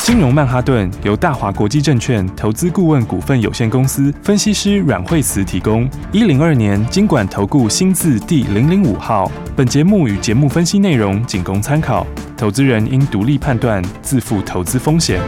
金融曼哈顿由大华国际证券投资顾问股份有限公司分析师阮惠慈提供。102年金管投顾新字第005号。本节目与节目分析内容仅供参考，投资人应独立判断，自负投资风险。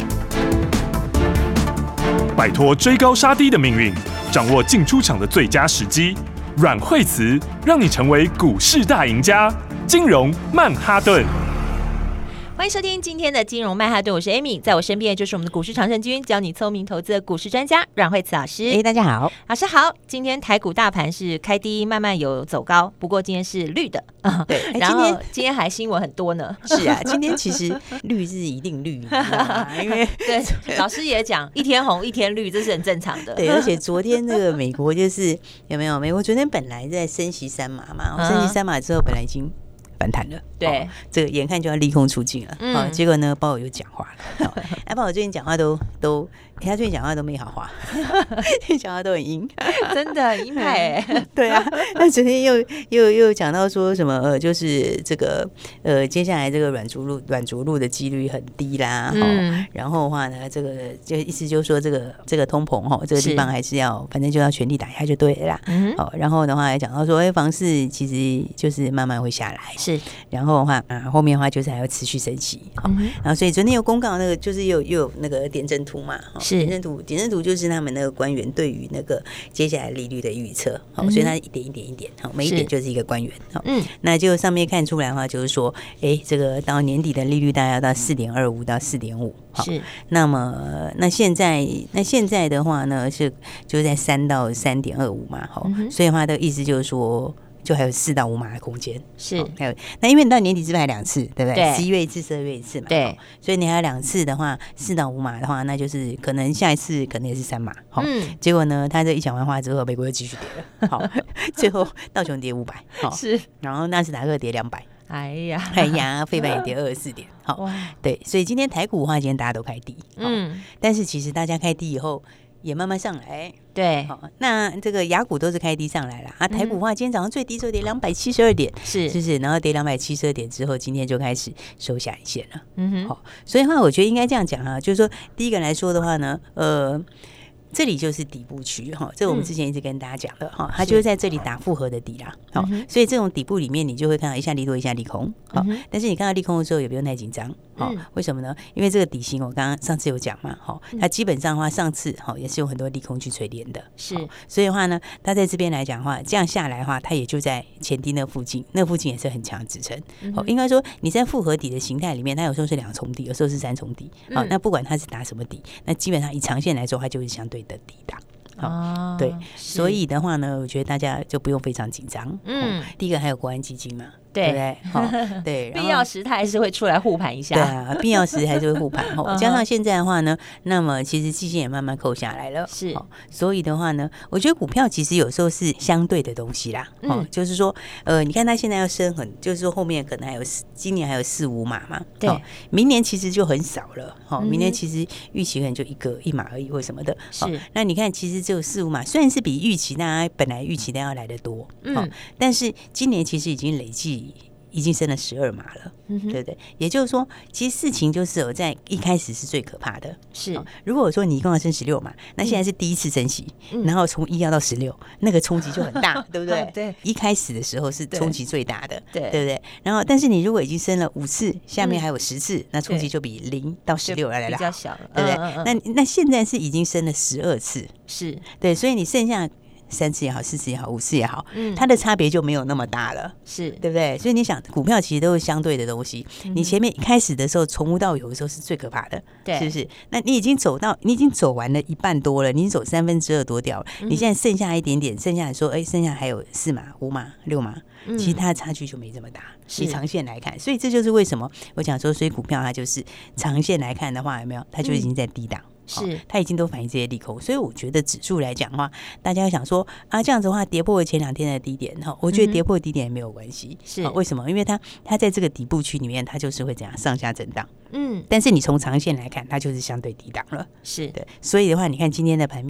摆脱追高杀低的命运，掌握进出场的最佳时机。阮惠慈让你成为股市大赢家。金融曼哈顿。 欢迎收听今天的金融曼哈顿，我是 Amy， 在我身边就是我们的股市常胜军，教你聪明投资的股市专家阮惠慈老师。 大家好， 老师好。今天台股大盘是开低，慢慢有走高，不过今天是绿的， 对， 然后今天还新闻很多呢。 是啊，今天其实绿是一定绿，因为对老师也讲一天红一天绿，这是很正常的。 对，而且昨天那个美国就是有没有？美国昨天本来在升息3码嘛，升息3码之后本来已经反弹了， 对， 这个眼看就要利空出尽了，结果呢，鲍尔又讲话了，鲍尔最近讲话都，他最近讲话都没好话，讲话都很鹰， 真的鹰派哎， 对啊，那昨天又讲到说什么就是这个接下来这个软着陆的几率很低啦，然后的话呢，这个就意思就是说这个通膨这个地方还是要反正就要全力打下就对了啦，然后的话也讲到说，房市其实就是慢慢会下来。 是， 然后的话，后面的话就是还要持续升息，然后所以昨天有公告那个就是又有那个点阵图嘛， 是点阵图就是他们那个官员对于那个接下来利率的预测，所以它一点一点一点，每一点就是一个官员，那就上面看出来的话就是说，这个到年底的利率大概要到4.25到4.5， 是， 那么那现在的话呢是就在3到3.25嘛，所以的话的意思就是说。就还有4到5码的空间， 是， 还有那因为你到年底是不是还2次，对不对？ 对 11月1次，12月1次嘛， 对， 所以你还有2次的话，4到5码的话，那就是可能下一次可能也是3码，结果呢，他这一讲完话之后，美国又继续跌了，好，最后道琼跌500， 是， 然后纳斯达克跌200。 哎呀， 费半也跌24点，好，对，所以今天台股的话，今天大家都开低，但是其实大家开低以后也慢慢上来。 对， 那这个亚股都是开低上来了啊。台股的话，今天早上最低时候跌272点，是不是？然后跌272点之后，今天就开始收下影线了。好，所以的话，我觉得应该这样讲啊，就是说，第一个来说的话呢，这里就是底部区哈，这我们之前一直跟大家讲的哈，它就是在这里打复合的底啦。好，所以这种底部里面，你就会看到一下利多，一下利空。好，但是你看到利空的时候，也不用太紧张。好，为什么呢？因为这个底型我刚刚上次有讲嘛，哈，它基本上的话，上次也是有很多利空去锤炼的。是，所以的话呢，它在这边来讲的话，这样下来的话，它也就在前低那附近，那附近也是很强的支撑。应该说你在复合底的形态里面，它有时候是2重底，有时候是3重底。好，那不管它是打什么底，那基本上以长线来说，它就是相对的低档。对，所以的话呢，我觉得大家就不用非常紧张。第一个还有国安基金嘛，对不对？对， 必要时它还是会出来护盘一下。 对啊，必要时还是会护盘。加上现在的话呢，那么其实季线也慢慢扣下来了。是，所以的话呢，我觉得股票其实有时候是相对的东西啦。就是说，你看它现在要升就是说后面可能还有今年还有4、5码嘛。对，明年其实就很少了。明年其实预期可能就1码而已，或什么的。是，那你看其实只有4、5码，虽然是比预期大家本来预期的要来得多，但是今年其实已经累计已经升了12码了，对不对？也就是说，其实事情就是在一开始是最可怕的。是，如果说你一共要升16码，那现在是第一次升息，然后从1要到16，那个冲击就很大，对不对？对，一开始的时候是冲击最大的，对不对？然后，但是你如果已经升了5次，下面还有10次，那冲击就比0到16来比较小了， 对不对？那现在是已经升了12次，是对，所以你剩下3次也好，4次也好，5次也好，它的差别就没有那么大了，是对不对？所以你想，股票其实都是相对的东西。你前面一开始的时候，从无到有的时候是最可怕的，是不是？那你已经走完了1半多了，你已经走2/3多掉了，你现在剩下一点点，剩下来说，剩下还有4码、5码、6码，其实它的差距就没这么大。以长线来看，所以这就是为什么我讲说，所以股票它就是长线来看的话，有没有？它就已经在低档。是，它已经都反映这些利空，所以我觉得指数来讲的话，大家想说啊，这样子的话跌破了前2天的低点，我觉得跌破低点也没有关系。是，为什么？因为它在这个底部区里面，它就是会这样上下震荡。但是你从长线来看，它就是相对低档了。是的，所以的话，你看今天的盘面。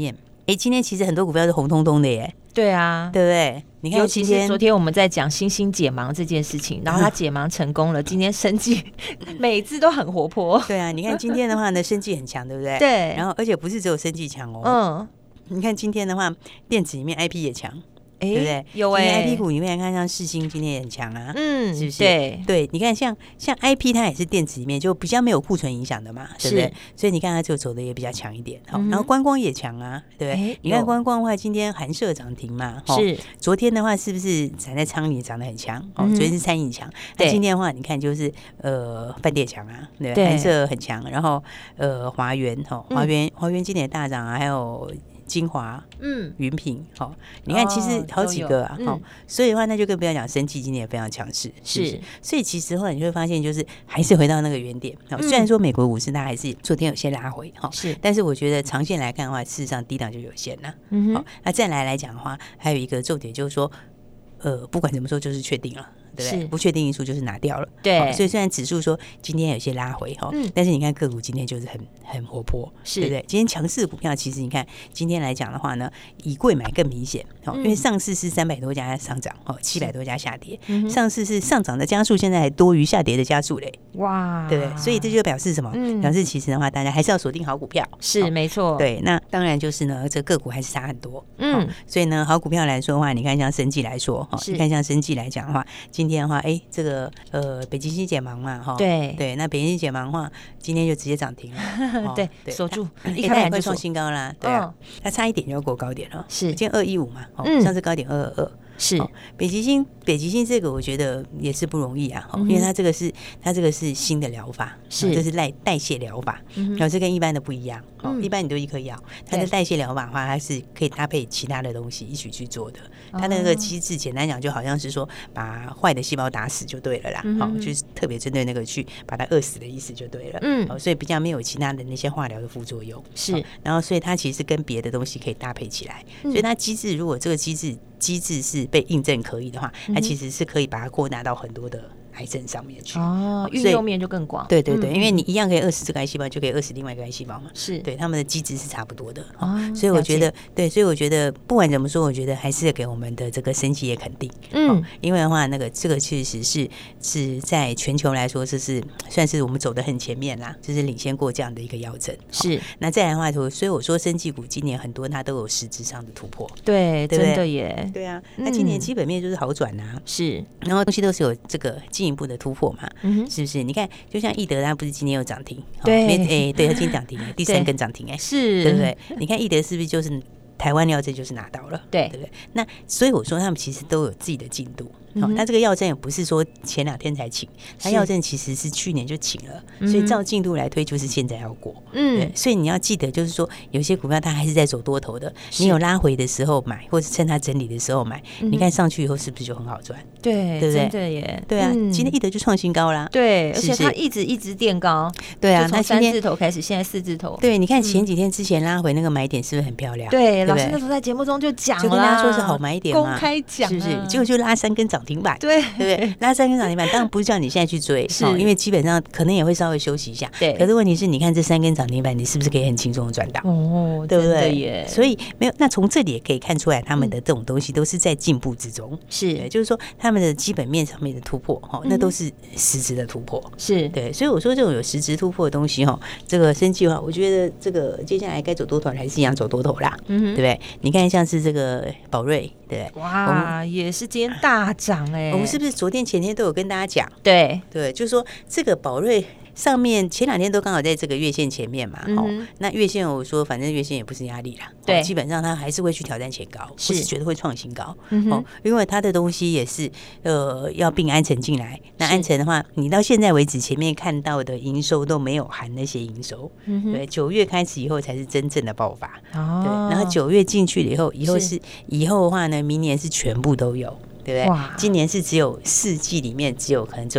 今天其实很多股票是红彤彤的耶。 对啊， 对不对？你看， 尤其是昨天我们在讲星星解盲这件事情，然后他解盲成功了，今天生技每次都很活泼。 对啊，你看今天的话呢，生技很强，对不对？ 对。 然后而且不是只有生技强哦，你看今天的话，电子里面 IP 也强。对不对？ 有今天 IP 股里面看，像世芯今天也很强啊，是不是？ 对， 你看像 IP 它也是电子里面就比较没有库存影响的嘛，对不对？所以你看它就走的也比较强一点。好，然后观光也强啊，对不对？你看观光的话，今天寒舍涨停嘛， 是。 昨天的话是不是涨在昌里涨得很强？哦，昨天是餐饮强，那今天的话你看就是饭店强啊，对，寒舍很强，然后华源华源今年也大涨啊，还有精华、云品，你看其实好几个啊，所以的话那就更不要讲生技今年也非常强势，是，所以其实后来你会发现就是还是回到那个原点，虽然说美国股市它还是昨天有些拉回是，但是我觉得长线来看的话，事实上低档就有限了，那再来讲的话，还有一个重点就是说，不管怎么说就是确定了。对不对？不确定因素就是拿掉了， 对， 所以虽然指数说今天有些拉回但是你看个股今天就是很活泼，对不对？今天强势的股票其实你看今天来讲的话呢，以贵买更明显因为上市是300多家上涨700多家下跌，上市是上涨的家数现在还多于下跌的家数嘞，哇，对不对？所以这就表示什么？表示其实的话，大家还是要锁定好股票， 是没错， 对。那当然就是呢，这个股还是差很多，所以呢，好股票来说的话，你看像生技来说，你看像生技来讲的话，今天的话，这个北极星解盲嘛，对，那北极星解盲的话，今天就直接涨停了， 对，锁住， 一开盘就创新高啦，对啊，它差一点就要过高点了，是，今天215嘛，上次高点222。是北极星这个我觉得也是不容易啊，因为它这个是新的疗法，是这是代谢疗法，然后这跟一般的不一样，一般你都一颗药，它的代谢疗法的话，它是可以搭配其他的东西一起去做的，它那个机制简单讲就好像是说把坏的细胞打死就对了啦，就是特别针对那个去把它饿死的意思就对了，所以比较没有其他的那些化疗的副作用，是，然后所以它其实跟别的东西可以搭配起来，所以它机制如果这个机制是被印证可以的话，它其实是可以把它扩大到很多的癌症上面去运用面就更广。 对，因为你一样可以饿死这个癌细胞，就可以饿死另外一个癌细胞嘛。是对，他们的机制是差不多的。所以我觉得，所以我觉得不管怎么说，我觉得还是给我们的这个生技业肯定。因为的话，这个确实是在全球来说，这是算是我们走得很前面啦，就是领先过这样的一个药证。是那再来的话，所以我说生技股今年很多它都有实质上的突破。 对，真的耶。 对啊，那今年基本面就是好转啊。是，然后东西都是有这个进一步的突破嘛，是不是？你看，就像易德，它不是今天又涨停？对，对，它今天涨停，第3根涨停，是，对不对？你看易德是不是就是台湾药证就是拿到了，对不对？那所以我说他们其实都有自己的进度。那这个药证也不是说前2天才请，他药证其实是去年就请了，所以照进度来推，就是现在要过。对，所以你要记得，就是说有些股票它还是在走多头的，你有拉回的时候买，或者趁它整理的时候买，你看上去以后是不是就很好赚？ 对，对不对？真的耶， 对啊，今天易德就创新高啦， 对，而且它一直垫高， 对啊， 从3字头开始，现在4字头。 对，你看前几天之前拉回那个买点是不是很漂亮？ 对，老师那时候在节目中就讲了， 就跟大家说是好买点嘛， 公开讲， 是不是？结果就拉3根涨停板， 对。 对，拉3根涨停板，当然不是叫你现在去追，因为基本上可能也会稍微休息一下。对，可是问题是，你看这3根涨停板，你是不是可以很轻松的赚到？哦，对不对？所以没有，那从这里也可以看出来，他们的这种东西都是在进步之中。是，就是说他们的基本面上面的突破，那都是实质的突破。是对，所以我说这种有实质突破的东西，这个生技的话，我觉得这个接下来该走多头还是一样走多头啦，对不对？你看像是这个宝瑞，对， 哇，也是今天大涨哎， 我们是不是昨天前天都有跟大家讲？ 对， 就是说这个宝瑞上面前2天都刚好在这个月线前面嘛，那月线我说反正月线也不是压力啦，对，基本上它还是会去挑战前高，是觉得会创新高，因为它的东西也是要并安诚进来，那安诚的话，你到现在为止前面看到的营收都没有含那些营收，对，9月开始以后才是真正的爆发，对，然后9月进去了以后的话呢，明年是全部都有。对不对？今年是只有4季里面可能只有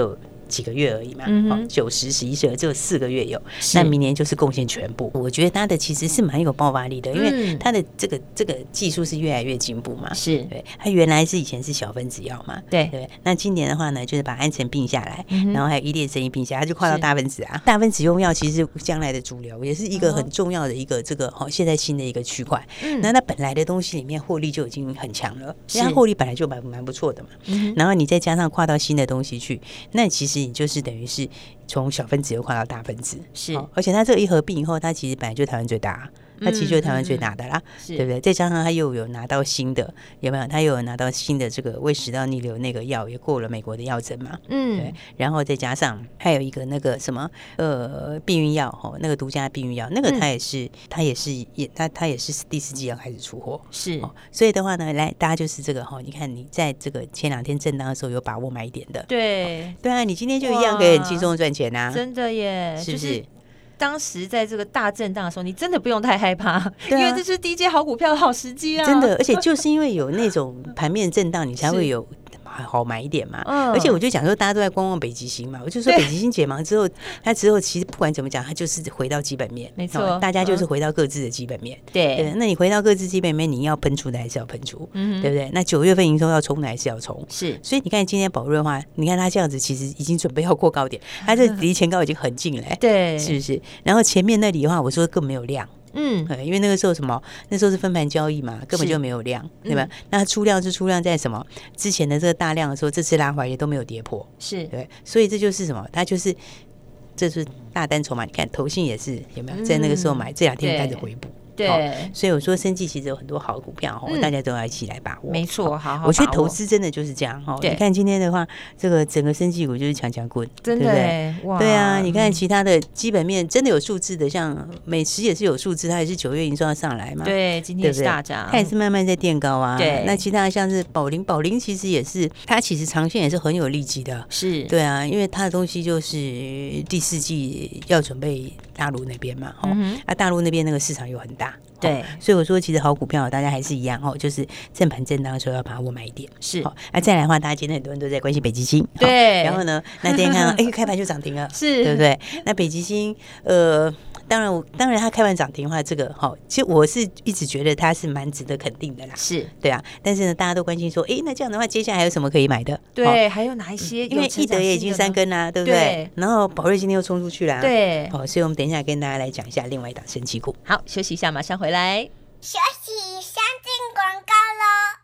几个月而已嘛，9、10、11、12只有4个月有，那明年就是贡献全部。我觉得它的其实是蛮有爆发力的，因为它的这个技术是越来越进步嘛， 是对，它原来是以前是小分子药嘛，对，那今年的话呢，就是把安臣并下来，然后还有依恋生意并下来，它就跨到大分子啊，大分子用药其实是将来的主流，也是一个很重要的一个这个现在新的一个区块。那它本来的东西里面获利就已经很强了，因为它获利本来就蛮不错的嘛，然后你再加上跨到新的东西去，那其实你就是等于是从小分子又跨到大分子， 是， 而且它这个一合并以后，它其实本来就台湾最大，它其实就是台湾最大的啦，对不对？再加上它又有拿到新的，有没有？它又有拿到新的这个胃食道逆流那个药，也过了美国的药证嘛，对。然后再加上还有一个那个什么避孕药那个独家避孕药，那个它也是第4季要开始出货， 是。 所以的话呢，来大家就是这个你看你在这个前2天震荡的时候有把握买一点的， 对啊，你今天就一样可以很轻松赚钱啊， 真的耶， 是不是？ 当时在这个大震荡的时候，你真的不用太害怕，因为这是低阶好股票的好时机啊！ 真的，而且就是因为有那种盘面震荡，你才会有好买一点嘛。而且我就讲说，大家都在观望北极星嘛，我就说北极星解盲之后，它之后其实不管怎么讲，它就是回到基本面， 没错， 大家就是回到各自的基本面。 对， 那你回到各自基本面，你要喷出的还是要喷出，对不对？那9月份营收要冲的还是要冲， 是。所以你看今天宝瑞的话，你看它这样子，其实已经准备要过高点，它这离前高已经很近了， 对， 是不是？然后前面那里的话，我说更没有量。因为那个时候那时候是分盘交易嘛，根本就没有量，对吧？那出量是出量在什么？之前的这个大量的时候，这次拉回来也都没有跌破， 是对，所以这就是什么？它就是这是大单筹码，你看投信也是有没有在那个时候买？这2天开始回补。 对， 所以我说生技其实有很多好股票大家都要一起来把握。 没错，好， 我觉得投资真的就是这样你看今天的话，这个整个生技股就是强棍， 真的，对不对？ 对啊，你看其他的基本面真的有数字的，像美食也是有数字，它也是9月营收要上来嘛。 对，今天也是大涨， 它也是慢慢在垫高啊。 对， 那其他的像是宝林其实也是，它其实长线也是很有利基的。 是， 对啊，因为它的东西就是第4季要准备大陆那边嘛，大陆那边那个市场又很大。 对， 所以我说其实好股票大家还是一样就是正盘震荡的时候要把握买一点。 是， 再来的话，大家今天很多人都在关心北极星， 对， 然后呢，那今天看到开盘就涨停了， 是， 对不对？那北极星当然它开完涨停的话，这个其实我是一直觉得它是蛮值得肯定的啦， 是对啊。但是呢，大家都关心说，那这样的话，接下来还有什么可以买的？ 对，还有哪一些？ 因为易德也已经3根啦，对不对？然后宝瑞今天又冲出去啦， 对， 所以我们等一下跟大家来讲一下另外一档神奇股。 好，休息一下，马上回来。 休息，先进广告喽。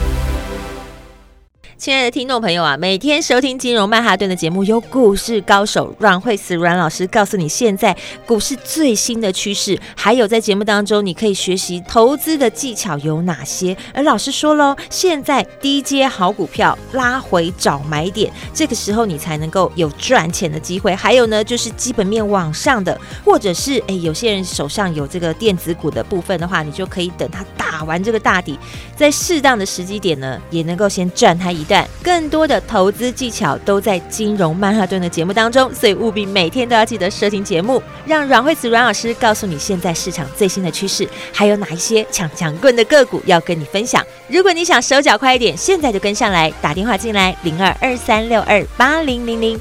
亲爱的听众朋友啊，每天收听金融曼哈顿的节目，有股市高手阮慧慈阮老师告诉你现在股市最新的趋势，还有在节目当中你可以学习投资的技巧有哪些。而老师说咯，现在低阶好股票拉回找买点，这个时候你才能够有赚钱的机会。还有呢，就是基本面往上的，或者是有些人手上有这个电子股的部分的话，你就可以等它打完这个大底，在适当的时机点呢，也能够先赚它一段。更多的投资技巧都在金融曼哈顿的节目当中，所以务必每天都要记得收听节目，让阮慧慈阮老师告诉你现在市场最新的趋势，还有哪一些强棍的个股要跟你分享。如果你想手脚快一点，现在就跟上来，打电话进来0223628000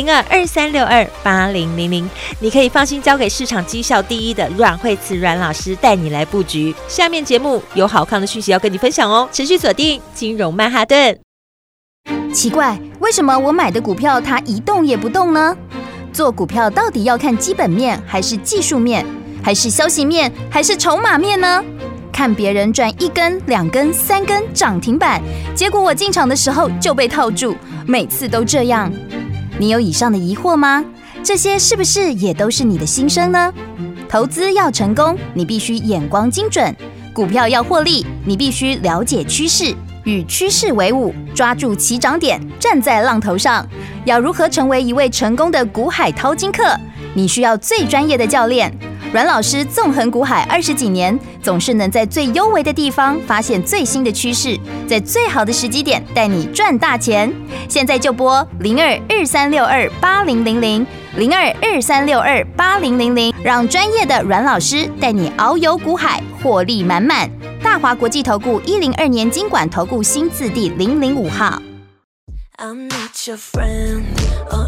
0223628000，你可以放心交给市场绩效第一的阮慧慈阮老师带你来布局。下面节目有好康的讯息要跟你分享哦，持续锁定金融曼哈顿。 奇怪，为什么我买的股票它一动也不动呢？做股票到底要看基本面，还是技术面，还是消息面，还是筹码面呢？看别人赚1根、2根、3根涨停板，结果我进场的时候就被套住，每次都这样。你有以上的疑惑吗？这些是不是也都是你的心声呢？投资要成功，你必须眼光精准；股票要获利，你必须了解趋势。与趋势为伍，抓住起涨点，站在浪头上。要如何成为一位成功的股海淘金客？你需要最专业的教练。阮老师纵横股海20几年，总是能在最优微的地方发现最新的趋势，在最好的时机点带你赚大钱。现在就拨0223628000 0223628000，让专业的阮老师带你遨游股海，获利满满。大华国际投顾102年金管投顾新字第005号。 I'm not your friend or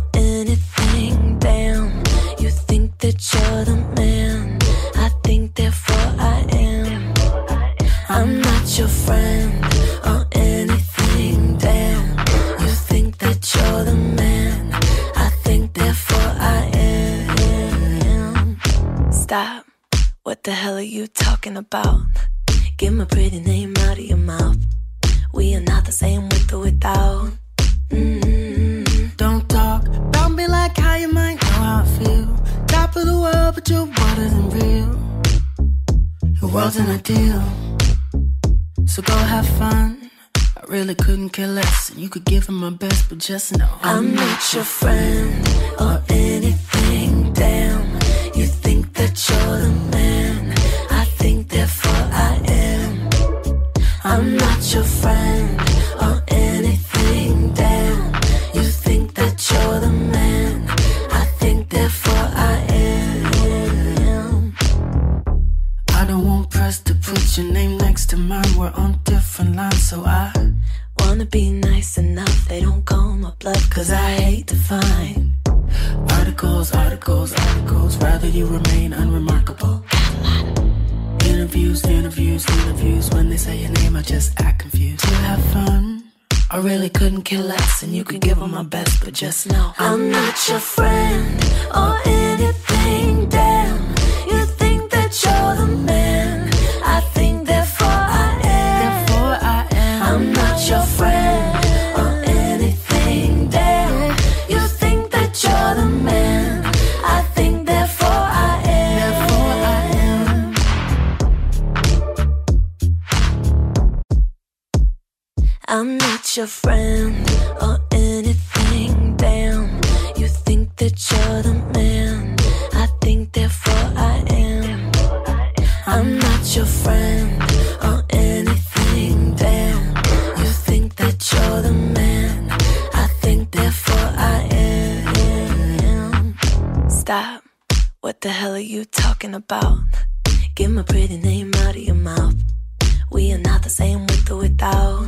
anything down. You think that you're the man. I think therefore I am. I'm not your friend or anything down. You think that you're the man. I think therefore I am. Stop. What the hell are you talking about? Get my pretty name out of your mouth. We are not the same with or without. Don't talk about me like how you might know how I feel. Top of the world, but your water isn't real. Your world's an ideal, so go have fun. I really couldn't care less, and you could give him my best, but just know I'm not your friend or anything down. You think that you're the man. I think therefore I am. I'm not your friend or anything down. You think that you're the man. I think therefore I am. I don't want press to put your name next to mine. We're on different lines, so I wanna be nice enough. They don't call my bluff, cause I hate to find articles, articles, articles. Rather you remain unremarkable. Interviews, interviews, interviews. When they say your name, I just act confused. You have fun. I really couldn't care less, and you could give them my best, but just know I'm not your friend or anything down. You think that you're the man. I think therefore I am. Therefore I am. I'm not your friend or anything down. You think that you're the man. I think therefore I am. Therefore I am. I'm not your friend or anything down. You think that you're the man. I think therefore I am. I'm not your friend or anything down. You think that you're the man. I think therefore I am. Stop. What the hell are you talking about? Get my pretty name out of your mouth. We are not the same with or without.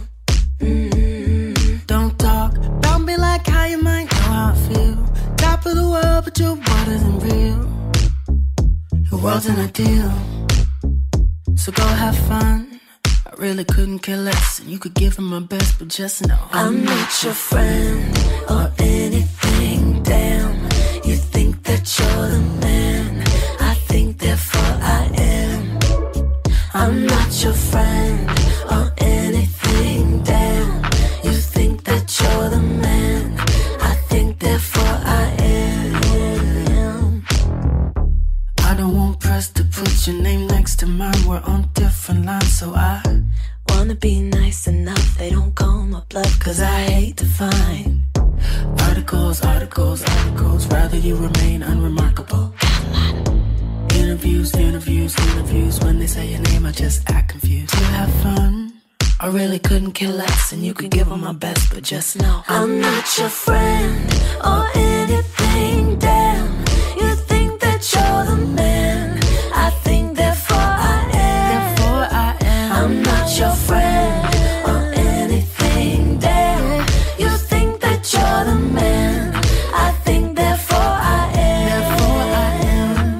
Don't talk about me like how you might know how I feel. Top of the world, but your water isn't real. Your world's an ideal, so go have fun. I really couldn't care less, and you could give him my best, but just know I'm not your friend or anything down. You think that you're the man. I think therefore I am. I'm not your friend or anything down. You think that you're the man. I think therefore I am. I don't want press to put your name next to mine. We're on different lines, so I wanna be nice enough. They don't call my bluff, cause I hate to find articles, articles, articles. Rather you remain unremarkable. Interviews, interviews, interviews. When they say your name, I just act confused. You have fun. I really couldn't care less, and you could give them my best, but just know I'm not your friend or anything down. You think that you're the man. I think therefore I am. Therefore I am. I'm not your friend or anything down. You think that you're the man. I think therefore I am. Therefore I am.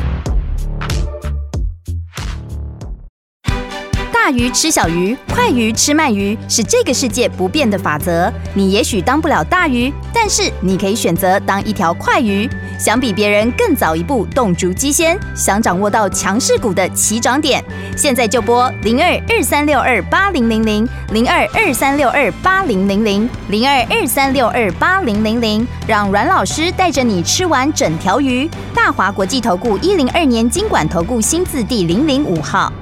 大鱼吃小鱼，快鱼吃慢鱼，是这个世界不变的法则。你也许当不了大鱼，但是你可以选择当一条快鱼。想比别人更早一步动足机先，想掌握到强势股的起涨点，现在就拨0223628000 0223628000 0223628000，让阮老师带着你吃完整条鱼。大华国际投顾102年金管投顾新字第005号。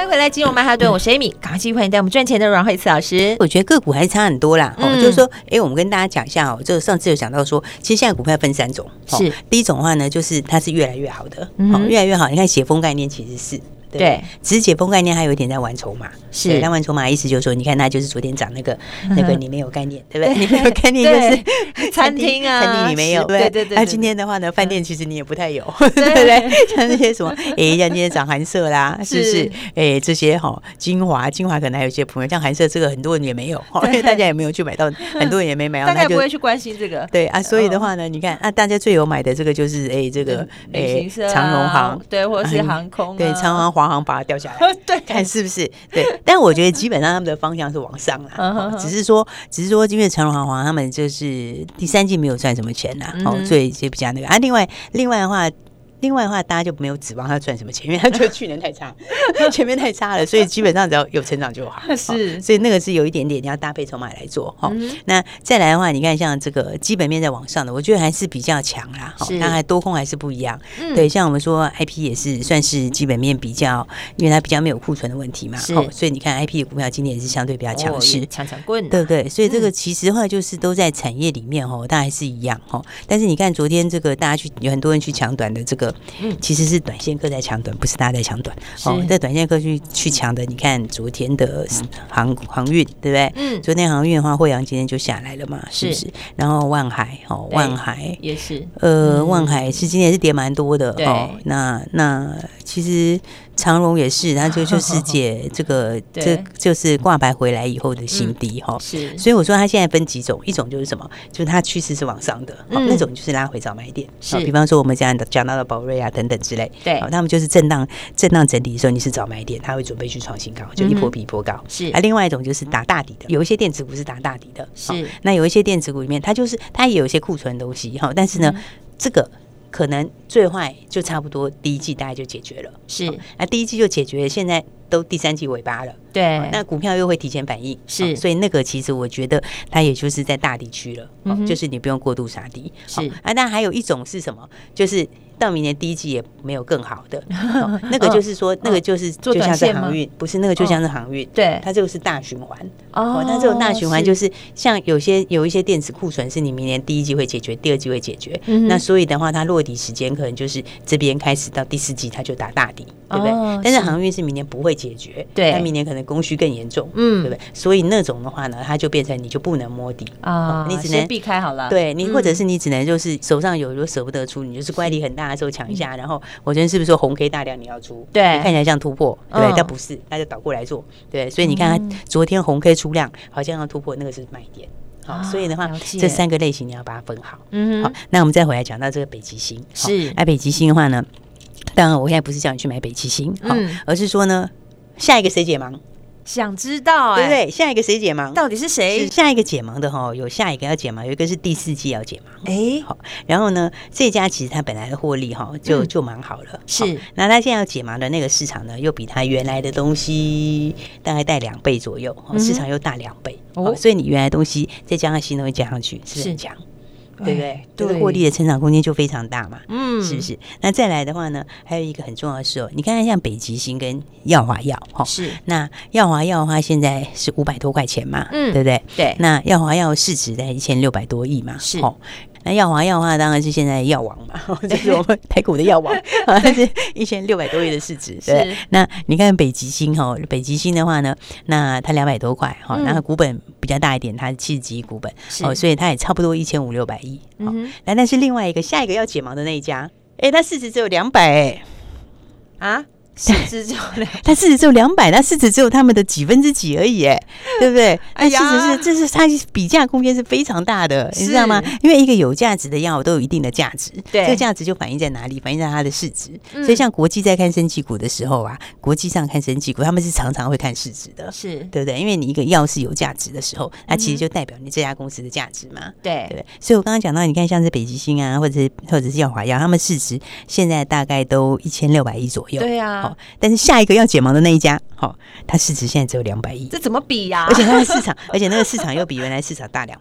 欢迎回来金融曼哈顿，我是 Amy， 赶快继续欢迎带我们赚钱的阮慧慈老师。 我觉得个股还是差很多啦，就是说，我们跟大家讲一下这上次有讲到说，其实现在股票分3种， 是第一种的话呢，就是它是越来越好的，越来越好。你看解封概念其实是。对，只是解封概念还有一点在玩筹码，是它玩筹码的意思就是说，你看它就是昨天涨那个你没有概念，对不对？你没有概念就是餐厅啊， 餐厅你没有， 对。 那今天的话呢，饭店其实你也不太有，对不对？像那些什么，像今天涨寒舍啦，是不是？这些精华可能还有一些朋友，像寒舍这个很多人也没有，因为大家也没有去买到，很多人也没买到， 大概不会去关心这个。 对啊，所以的话呢，你看大家最有买的这个就是这个长荣航， 对，或者是航空， 对，长荣华航把它掉下来，对，看是不是？对，但我觉得基本上他们的方向是往上啦，只是说，因为长荣航华他们就是第3季没有赚什么钱啦，所以就比较那个啊。另外的话，大家就没有指望他赚什么钱，因为他觉得去年太差，前面太差了，所以基本上只要有成长就好。是，所以那个是有一点点你要搭配筹码来做。那再来的话，你看像这个基本面在往上的，我觉得还是比较强啦。那还多空还是不一样。对，像我们说 IP 也是算是基本面比较，因为它比较没有库存的问题嘛。所以你看 IP 的股票今年也是相对比较强势， 强棍， 对不对？所以这个其实的话就是都在产业里面大概是一样但是你看昨天这个大家有很多人去抢短的这个。其实是短线客在抢短，不是大家在抢短。在短线客去抢的，你看昨天的航运，对不对？昨天航运的话，惠阳今天就下来了嘛，是不是？然后万海也是， 万海是今天是跌蛮多的那其实长荣也是，它就是解这个这就是挂牌回来以后的新低是。所以我说它现在分几种，一种就是什么？就是它趋势是往上的，那种就是拉回早买点。比方说我们讲到的宝瑞啊等等之类，对，他们就是震荡整理的时候，你是早买点，他会准备去创新高，就一波比一波高。是另外一种就是打大底的，有一些电子股是打大底的，是。那有一些电子股里面，它也有一些库存的东西但是呢，这个可能最坏就差不多第一季大概就解决了，是。那第一季就解决了，现在都第3季尾巴了，对。那股票又会提前反应，是。所以那个其实我觉得它也就是在大底区了，就是你不用过度杀低，是。但还有一种是什么？就是到明年第一季也没有更好的，那个就是说，那个就是就像是航运，不是那个就像是航运，对，它这个是大循环它这种大循环就是像有一些电子库存是你明年第一季会解决，第2季会解决，那所以的话，它落底时间可能就是这边开始到第4季它就打大底，对不对？但是航运是明年不会解决，对，它明年可能供需更严重，对不对？所以那种的话呢，它就变成你就不能摸底你只能避开好了， 对你或者是你只能就是手上有舍不得出，你就是乖离很大的时候抢一下，然后我昨天是不是说红 K 大量你要出？对，看起来像突破，对，但不是，那就倒过来做，对，所以你看它昨天红 K 出量，好像要突破，那个是卖点。好，所以的话，这3个类型你要把它分好。好，那我们再回来讲到这个北极星，是。那北极星的话呢，当然我现在不是叫你去买北极星，而是说呢，下一个谁解盲？ 想知道对不对？下一个谁解盲？ 到底是谁？ 下一个解盲的有下一个要解盲，有一个是第4季要解盲。好，然后呢，这家其实它本来的获利就蛮好了，是。那它现在要解盲的那个市场呢，又比它原来的东西大概带2倍左右，市场又大2倍，所以你原来的东西再加上新东西加上去，是很强。对不对？这个获利的成长空间就非常大嘛，是不是？那再来的话呢，还有一个很重要的是你看看像北极星跟耀华药是。那耀华药的话，现在是500多块钱嘛，对不对？对。那耀华药市值在1600多亿嘛，是。那耀华药的话，当然是现在药王嘛，这是我们台股的药王，它是1600多亿的市值，对。那你看北极星北极星的话呢，那它200多块然后股本比较大一点，它是70几亿股本所以它也差不多1500-1600亿。但是另外一个下一个要解盲的那一家，它市值只有200啊。市值只有它市值只有200，它市值只有他们的几分之几而已，对不对？那市值这是它比价空间是非常大的，你知道吗？因为一个有价值的药都有一定的价值，这个价值就反映在哪里？反映在它的市值。所以像国际在看生技股的时候国际上看生技股，他们是常常会看市值的，是对不对？因为你一个药是有价值的时候，它其实就代表你这家公司的价值嘛，对不对？所以我刚刚讲到，你看像是北极星啊，或者是耀华药，他们市值现在大概都1600亿左右，对啊。但是下一个要解盲的那一家，它市值现在只有200亿， 这怎么比呀？ 而且那个市场又比原来市场大2倍。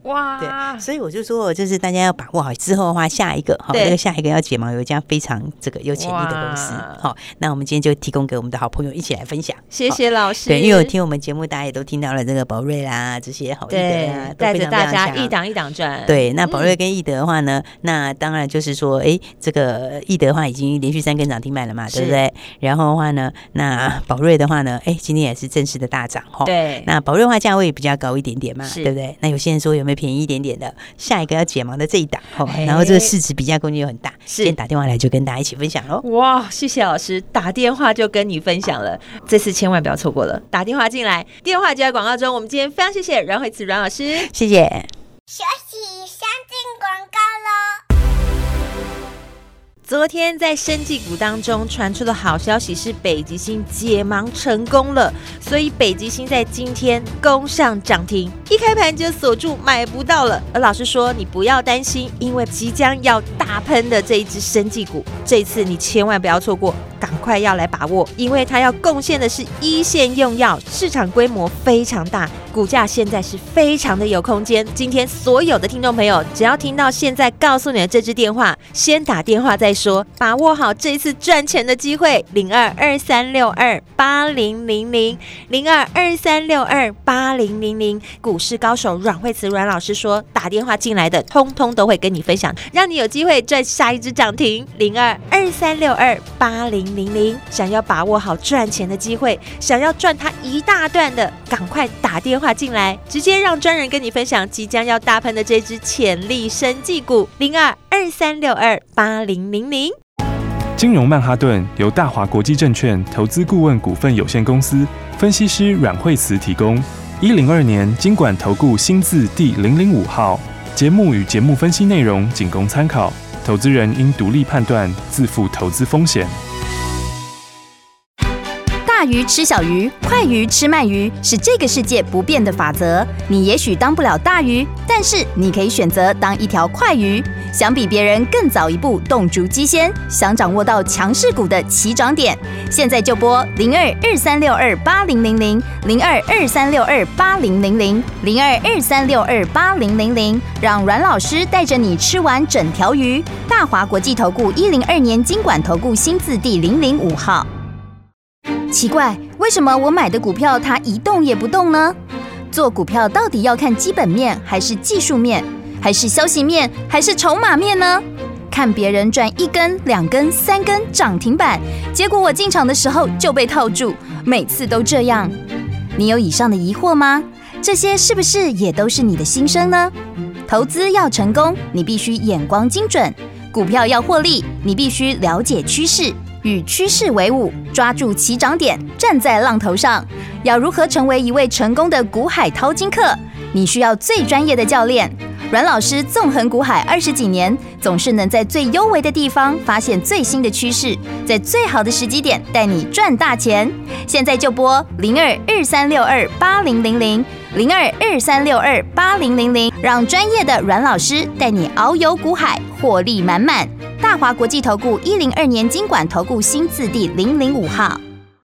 哇， 对，所以我就说，就是大家要把握好之后的话，下一个这个下一个要解盲有一家非常这个有潜力的公司，那我们今天就提供给我们的好朋友一起来分享。 谢谢老师。 对，因为我听我们节目，大家也都听到了这个宝瑞啦，这些好易德啊， 带着大家一档一档赚。 对，那宝瑞跟易德的话呢，那当然就是说，这个易德的话已经连续3根涨停板了嘛，对不对？然后的话呢，那宝瑞的话呢，今天也是正式的大涨哈。 对， 那宝瑞的话价位也比较高一点点嘛，对不对？那有些人说有没有便宜一点点的？下一个要解盲的这一档然后这个市值比价空间又很大，今天打电话来就跟大家一起分享喽。 哇，谢谢老师，打电话就跟你分享了，这次千万不要错过了，打电话进来，电话就在广告中。我们今天非常谢谢阮慧慈阮老师， 谢谢。 休息，先进广告喽。 昨天在生技股当中传出的好消息是北极星解盲成功了，所以北极星在今天攻上涨停，一开盘就锁住买不到了。而老师说你不要担心，因为即将要大喷的这一只生技股，这次你千万不要错过，赶快要来把握，因为它要贡献的是一线用药，市场规模非常大，股价现在是非常的有空间。今天所有的听众朋友，只要听到现在告诉你的这支电话，先打电话再说，把握好这次赚钱的机会。0223628000 0223628000，股市高手阮慧慈阮老师说，打电话进来的通通都会跟你分享，让你有机会赚下一支涨停。0223628000，想要把握好赚钱的机会，想要赚它一大段的，赶快打电话进来，直接让专人跟你分享即将要大喷的这支潜力生技股。0223628000。 金融曼哈顿由大华国际证券投资顾问股份有限公司分析师阮慧慈提供。102年金管投顾新字第005号。节目与节目分析内容仅供参考，投资人应独立判断，自负投资风险。 大鱼吃小鱼，快鱼吃慢鱼，是这个世界不变的法则。你也许当不了大鱼，但是你可以选择当一条快鱼。想比别人更早一步动足机先，想掌握到强势股的起涨点，现在就拨0223628000 0223628000 0223628000，让阮老师带着你吃完整条鱼。大华国际投顾102年金管投顾新字第005号。奇怪，为什么我买的股票它一动也不动呢？做股票到底要看基本面，还是技术面，还是消息面，还是筹码面呢？看别人赚1根、2根、3根涨停板，结果我进场的时候就被套住，每次都这样。你有以上的疑惑吗？这些是不是也都是你的心声呢？投资要成功，你必须眼光精准；股票要获利，你必须了解趋势。与趋势为伍，抓住起涨点，站在浪头上。要如何成为一位成功的股海淘金客？你需要最专业的教练。阮老师纵横股海20几年，总是能在最优微的地方发现最新的趋势，在最好的时机点带你赚大钱。现在就拨0223628000 0223628000，让专业的阮老师带你遨游股海，获利满满。大华国际投顾102年金管投顾新字第005号。